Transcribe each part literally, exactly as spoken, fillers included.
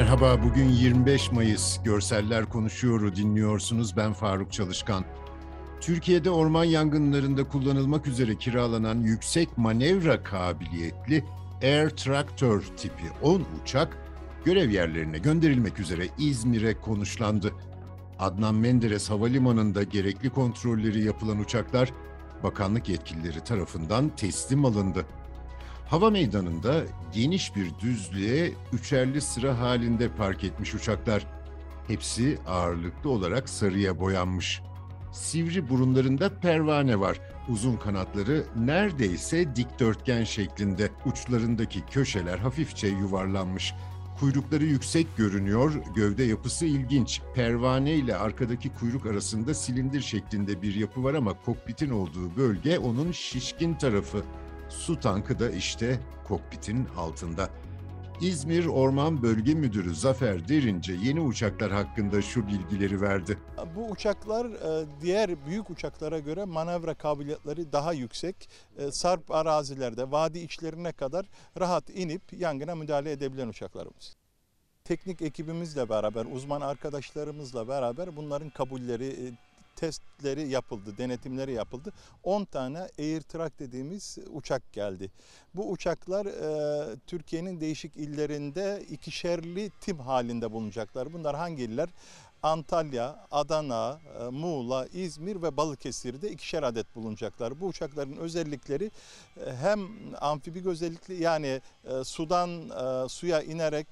Merhaba, bugün yirmi beş Mayıs. Görseller Konuşuyor'u dinliyorsunuz. Ben Faruk Çalışkan. Türkiye'de orman yangınlarında kullanılmak üzere kiralanan yüksek manevra kabiliyetli Air Tractor tipi on uçak görev yerlerine gönderilmek üzere İzmir'e konuşlandı. Adnan Menderes Havalimanı'nda gerekli kontrolleri yapılan uçaklar bakanlık yetkilileri tarafından teslim alındı. Hava meydanında geniş bir düzlüğe üçerli sıra halinde park etmiş uçaklar. Hepsi ağırlıklı olarak sarıya boyanmış. Sivri burunlarında pervane var. Uzun kanatları neredeyse dikdörtgen şeklinde. Uçlarındaki köşeler hafifçe yuvarlanmış. Kuyrukları yüksek görünüyor, gövde yapısı ilginç. Pervane ile arkadaki kuyruk arasında silindir şeklinde bir yapı var ama kokpitin olduğu bölge onun şişkin tarafı. Su tankı da işte kokpitin altında. İzmir Orman Bölge Müdürü Zafer Derince yeni uçaklar hakkında şu bilgileri verdi. Bu uçaklar diğer büyük uçaklara göre manevra kabiliyetleri daha yüksek. Sarp arazilerde, vadi içlerine kadar rahat inip yangına müdahale edebilen uçaklarımız. Teknik ekibimizle beraber, uzman arkadaşlarımızla beraber bunların kabulleri, testleri yapıldı, denetimleri yapıldı. on tane AirTrack dediğimiz uçak geldi. Bu uçaklar e, Türkiye'nin değişik illerinde ikişerli tim halinde bulunacaklar. Bunlar hangi iller? Antalya, Adana, Muğla, İzmir ve Balıkesir'de ikişer adet bulunacaklar. Bu uçakların özellikleri hem amfibik özellikli, yani sudan suya inerek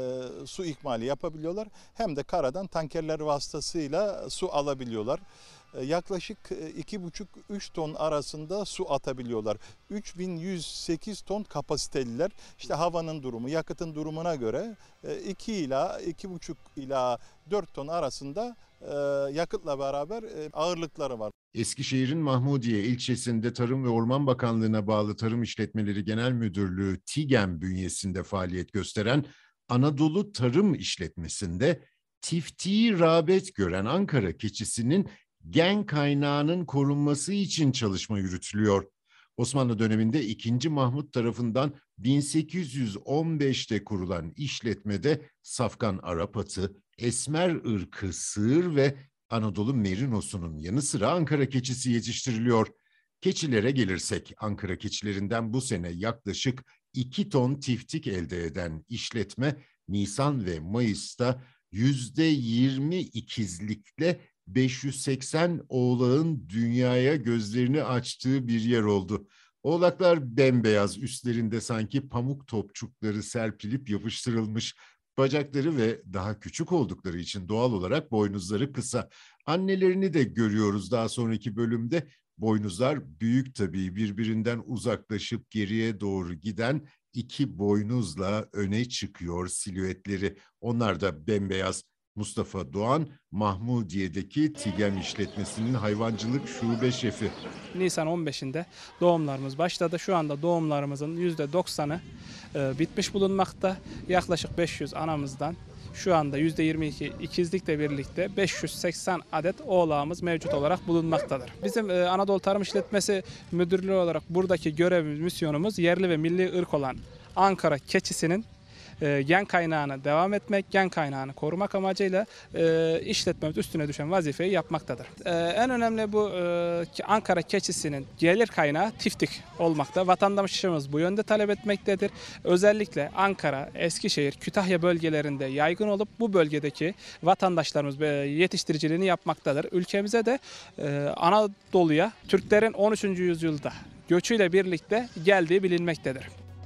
su ikmali yapabiliyorlar, hem de karadan tankerler vasıtasıyla su alabiliyorlar. Yaklaşık iki buçuk üç ton arasında su atabiliyorlar. üç bin yüz sekiz ton kapasiteliler. İşte havanın durumu, yakıtın durumuna göre iki ila iki buçuk ila dört ton arasında yakıtla beraber ağırlıkları var. Eskişehir'in Mahmudiye ilçesinde Tarım ve Orman Bakanlığı'na bağlı Tarım İşletmeleri Genel Müdürlüğü TİGEM bünyesinde faaliyet gösteren Anadolu Tarım İşletmesi'nde tiftiği rağbet gören Ankara keçisinin gen kaynağının korunması için çalışma yürütülüyor. Osmanlı döneminde ikinci. Mahmut tarafından bin sekiz yüz on beşte kurulan işletmede safkan Arap atı, esmer ırkı sığır ve Anadolu merinosunun yanı sıra Ankara keçisi yetiştiriliyor. Keçilere gelirsek, Ankara keçilerinden bu sene yaklaşık iki ton tiftik elde eden işletme Nisan ve Mayıs'ta yüzde yirmi ikizlikle beş yüz seksen oğlağın dünyaya gözlerini açtığı bir yer oldu. Oğlaklar bembeyaz, üstlerinde sanki pamuk topçukları serpilip yapıştırılmış. Bacakları ve daha küçük oldukları için doğal olarak boynuzları kısa. Annelerini de görüyoruz daha sonraki bölümde. Boynuzlar büyük tabii, birbirinden uzaklaşıp geriye doğru giden iki boynuzla öne çıkıyor silüetleri. Onlar da bembeyaz. Mustafa Doğan, Mahmudiye'deki TİGEM işletmesinin hayvancılık şube şefi. Nisan on beşinde doğumlarımız başladı. Şu anda doğumlarımızın yüzde doksanı e, bitmiş bulunmakta. Yaklaşık beş yüz anamızdan şu anda yüzde yirmi iki ikizlikle birlikte beş yüz seksen adet oğlağımız mevcut olarak bulunmaktadır. Bizim e, Anadolu Tarım İşletmesi Müdürlüğü olarak buradaki görevimiz, misyonumuz yerli ve milli ırk olan Ankara keçisinin E, gen kaynağını devam etmek, gen kaynağını korumak amacıyla e, işletmemiz üstüne düşen vazifeyi yapmaktadır. E, en önemli bu e, Ankara keçisinin gelir kaynağı tiftik olmakta. Vatandaşımız bu yönde talep etmektedir. Özellikle Ankara, Eskişehir, Kütahya bölgelerinde yaygın olup bu bölgedeki vatandaşlarımız e, yetiştiriciliğini yapmaktadır. Ülkemize de e, Anadolu'ya Türklerin on üçüncü yüzyılda göçüyle birlikte geldiği bilinmektedir.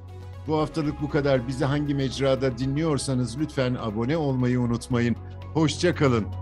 Bu haftalık bu kadar. Bizi hangi mecrada dinliyorsanız lütfen abone olmayı unutmayın. Hoşça kalın.